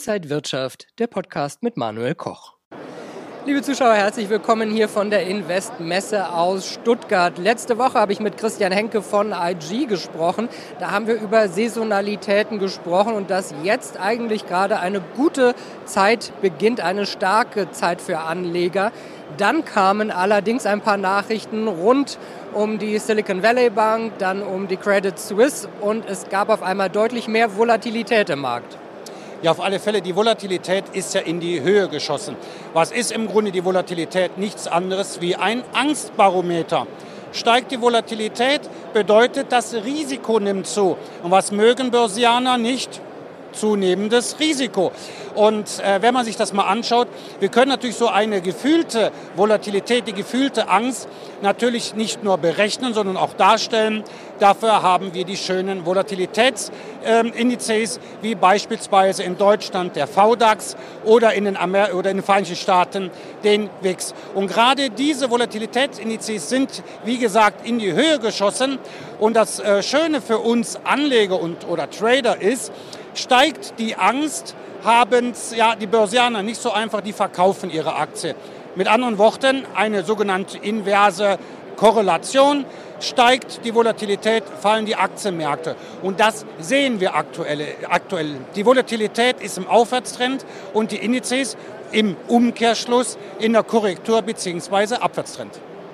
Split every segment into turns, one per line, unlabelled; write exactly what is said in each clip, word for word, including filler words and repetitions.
Inside Wirtschaft, der Podcast mit Manuel Koch. Liebe Zuschauer, herzlich willkommen hier von der Invest-Messe aus Stuttgart. Letzte Woche habe ich mit Christian Henke von I G gesprochen. Da haben wir über Saisonalitäten gesprochen und dass jetzt eigentlich gerade eine gute Zeit beginnt, eine starke Zeit für Anleger. Dann kamen allerdings ein paar Nachrichten rund um die Silicon Valley Bank, dann um die Credit Suisse und es gab auf einmal deutlich mehr Volatilität im Markt.
Ja, auf alle Fälle, die Volatilität ist ja in die Höhe geschossen. Was ist im Grunde die Volatilität? Nichts anderes wie ein Angstbarometer. Steigt die Volatilität, bedeutet, das Risiko nimmt zu. Und was mögen Börsianer nicht? Zunehmendes Risiko. Und äh, wenn man sich das mal anschaut, wir können natürlich so eine gefühlte Volatilität, die gefühlte Angst natürlich nicht nur berechnen, sondern auch darstellen. Dafür haben wir die schönen Volatilitätsindizes, äh, wie beispielsweise in Deutschland der V DAX oder in den, Amer- oder in den Vereinigten Staaten den W I X. Und gerade diese Volatilitätsindizes sind, wie gesagt, in die Höhe geschossen. Und das äh, Schöne für uns Anleger und, oder Trader ist, steigt die Angst, haben ja, die Börsianer nicht so einfach, die verkaufen ihre Aktie. Mit anderen Worten, eine sogenannte inverse Korrelation. Steigt die Volatilität, fallen die Aktienmärkte. Und das sehen wir aktuell. aktuell. Die Volatilität ist im Aufwärtstrend und die Indizes im Umkehrschluss in der Korrektur bzw. Abwärtstrend.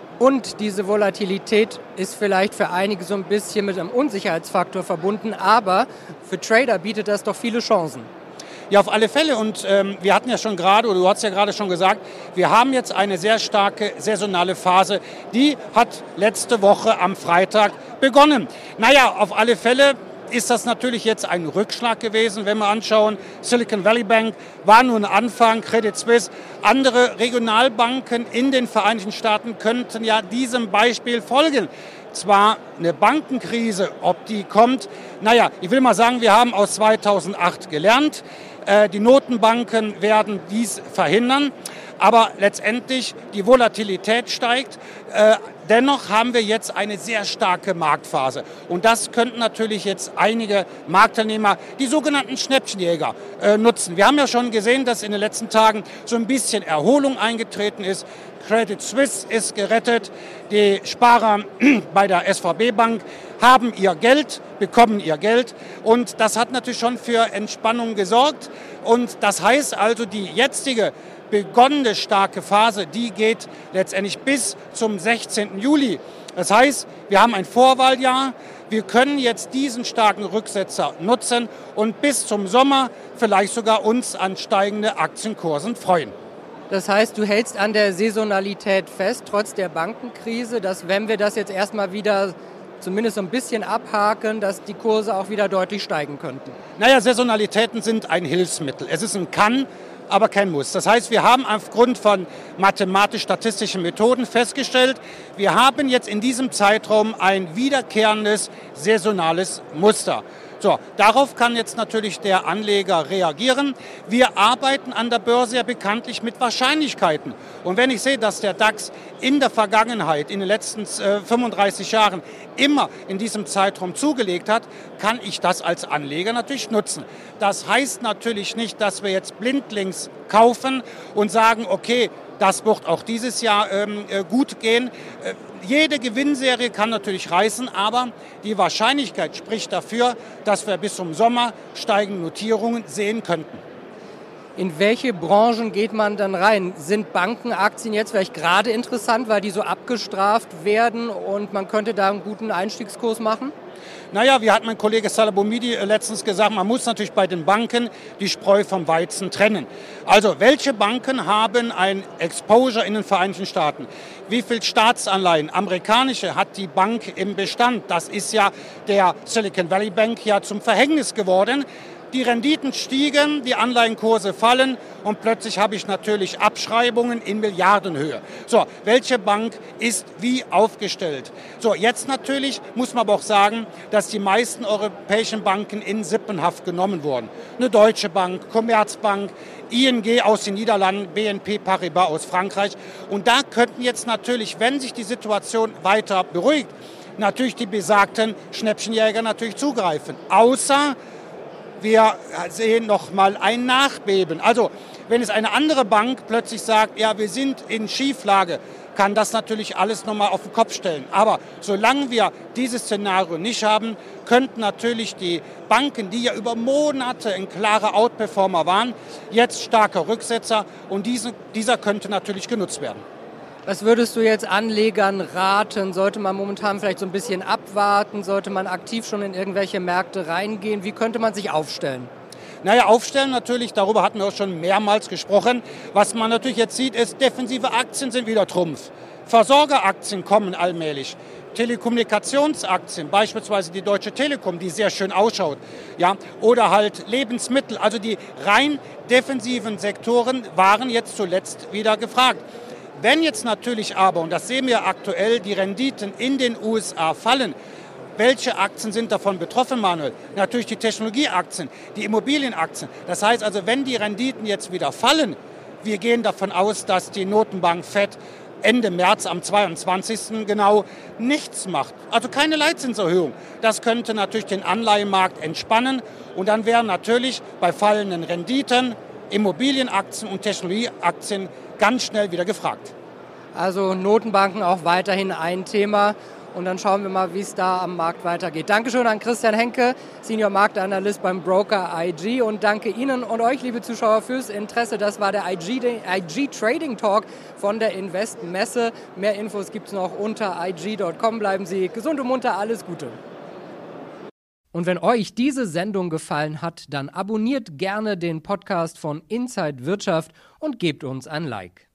Und diese Volatilität ist vielleicht für einige so ein bisschen mit einem Unsicherheitsfaktor verbunden, aber für Trader bietet das doch viele Chancen.
Ja, auf alle Fälle. Und ähm, wir hatten ja schon gerade, oder du hast ja gerade schon gesagt, wir haben jetzt eine sehr starke saisonale Phase. Die hat letzte Woche am Freitag begonnen. Naja, auf alle Fälle ist das natürlich jetzt ein Rückschlag gewesen, wenn wir anschauen. Silicon Valley Bank war nur ein Anfang, Credit Suisse. Andere Regionalbanken in den Vereinigten Staaten könnten ja diesem Beispiel folgen. Zwar eine Bankenkrise, ob die kommt. Naja, ich will mal sagen, wir haben aus zweitausendacht gelernt. Die Notenbanken werden dies verhindern. Aber letztendlich die Volatilität steigt. Dennoch haben wir jetzt eine sehr starke Marktphase. Und das könnten natürlich jetzt einige Marktteilnehmer, die sogenannten Schnäppchenjäger, nutzen. Wir haben ja schon gesehen, dass in den letzten Tagen so ein bisschen Erholung eingetreten ist. Credit Suisse ist gerettet. Die Sparer bei der S V B Bank haben ihr Geld, bekommen ihr Geld. Und das hat natürlich schon für Entspannung gesorgt. Und das heißt also, die jetzige begonnene starke Phase, die geht letztendlich bis zum sechzehnten Juli. Das heißt, wir haben ein Vorwahljahr. Wir können jetzt diesen starken Rücksetzer nutzen und bis zum Sommer vielleicht sogar uns an steigende Aktienkursen freuen.
Das heißt, du hältst an der Saisonalität fest, trotz der Bankenkrise, dass wenn wir das jetzt erstmal wieder zumindest so ein bisschen abhaken, dass die Kurse auch wieder deutlich steigen könnten?
Naja, Saisonalitäten sind ein Hilfsmittel. Es ist ein Kann, aber kein Muss. Das heißt, wir haben aufgrund von mathematisch-statistischen Methoden festgestellt, wir haben jetzt in diesem Zeitraum ein wiederkehrendes saisonales Muster. So, darauf kann jetzt natürlich der Anleger reagieren. Wir arbeiten an der Börse ja bekanntlich mit Wahrscheinlichkeiten. Und wenn ich sehe, dass der DAX in der Vergangenheit, in den letzten äh, fünfunddreißig Jahren immer in diesem Zeitraum zugelegt hat, kann ich das als Anleger natürlich nutzen. Das heißt natürlich nicht, dass wir jetzt blindlings kaufen und sagen, okay, das wird auch dieses Jahr ähm, gut gehen. Äh, jede Gewinnserie kann natürlich reißen, aber die Wahrscheinlichkeit spricht dafür, dass wir bis zum Sommer steigende Notierungen sehen könnten.
In welche Branchen geht man dann rein? Sind Bankenaktien jetzt vielleicht gerade interessant, weil die so abgestraft werden und man könnte da einen guten Einstiegskurs machen?
Naja, wie hat mein Kollege Salabomidi letztens gesagt, man muss natürlich bei den Banken die Spreu vom Weizen trennen. Also, welche Banken haben ein Exposure in den Vereinigten Staaten? Wie viel Staatsanleihen, amerikanische, hat die Bank im Bestand? Das ist ja der Silicon Valley Bank ja zum Verhängnis geworden. Die Renditen stiegen, die Anleihenkurse fallen und plötzlich habe ich natürlich Abschreibungen in Milliardenhöhe. So, welche Bank ist wie aufgestellt? So, jetzt natürlich muss man aber auch sagen, dass die meisten europäischen Banken in Sippenhaft genommen wurden. Eine Deutsche Bank, Commerzbank, I N G aus den Niederlanden, B N P Paribas aus Frankreich. Und da könnten jetzt natürlich, wenn sich die Situation weiter beruhigt, natürlich die besagten Schnäppchenjäger natürlich zugreifen. Außer wir sehen nochmal ein Nachbeben. Also wenn es eine andere Bank plötzlich sagt, ja, wir sind in Schieflage, kann das natürlich alles nochmal auf den Kopf stellen. Aber solange wir dieses Szenario nicht haben, könnten natürlich die Banken, die ja über Monate ein klarer Outperformer waren, jetzt starker Rücksetzer und diese, dieser könnte natürlich genutzt werden.
Was würdest du jetzt Anlegern raten? Sollte man momentan vielleicht so ein bisschen abwarten? Sollte man aktiv schon in irgendwelche Märkte reingehen? Wie könnte man sich aufstellen?
Naja, aufstellen natürlich, darüber hatten wir auch schon mehrmals gesprochen. Was man natürlich jetzt sieht, ist, defensive Aktien sind wieder Trumpf. Versorgeraktien kommen allmählich. Telekommunikationsaktien, beispielsweise die Deutsche Telekom, die sehr schön ausschaut. Ja, oder halt Lebensmittel. Also die rein defensiven Sektoren waren jetzt zuletzt wieder gefragt. Wenn jetzt natürlich aber, und das sehen wir aktuell, die Renditen in den U S A fallen, welche Aktien sind davon betroffen, Manuel? Natürlich die Technologieaktien, die Immobilienaktien. Das heißt also, wenn die Renditen jetzt wieder fallen, wir gehen davon aus, dass die Notenbank Fed Ende März am zweiundzwanzigsten genau nichts macht. Also keine Leitzinserhöhung. Das könnte natürlich den Anleihenmarkt entspannen und dann wären natürlich bei fallenden Renditen Immobilienaktien und Technologieaktien ganz schnell wieder gefragt.
Also Notenbanken auch weiterhin ein Thema. Und dann schauen wir mal, wie es da am Markt weitergeht. Dankeschön an Christian Henke, Senior Marktanalyst beim Broker I G. Und danke Ihnen und euch, liebe Zuschauer, fürs Interesse. Das war der I G, I G Trading Talk von der Invest Messe. Mehr Infos gibt es noch unter i g punkt com. Bleiben Sie gesund und munter. Alles Gute. Und wenn euch diese Sendung gefallen hat, dann abonniert gerne den Podcast von Inside Wirtschaft und gebt uns ein Like.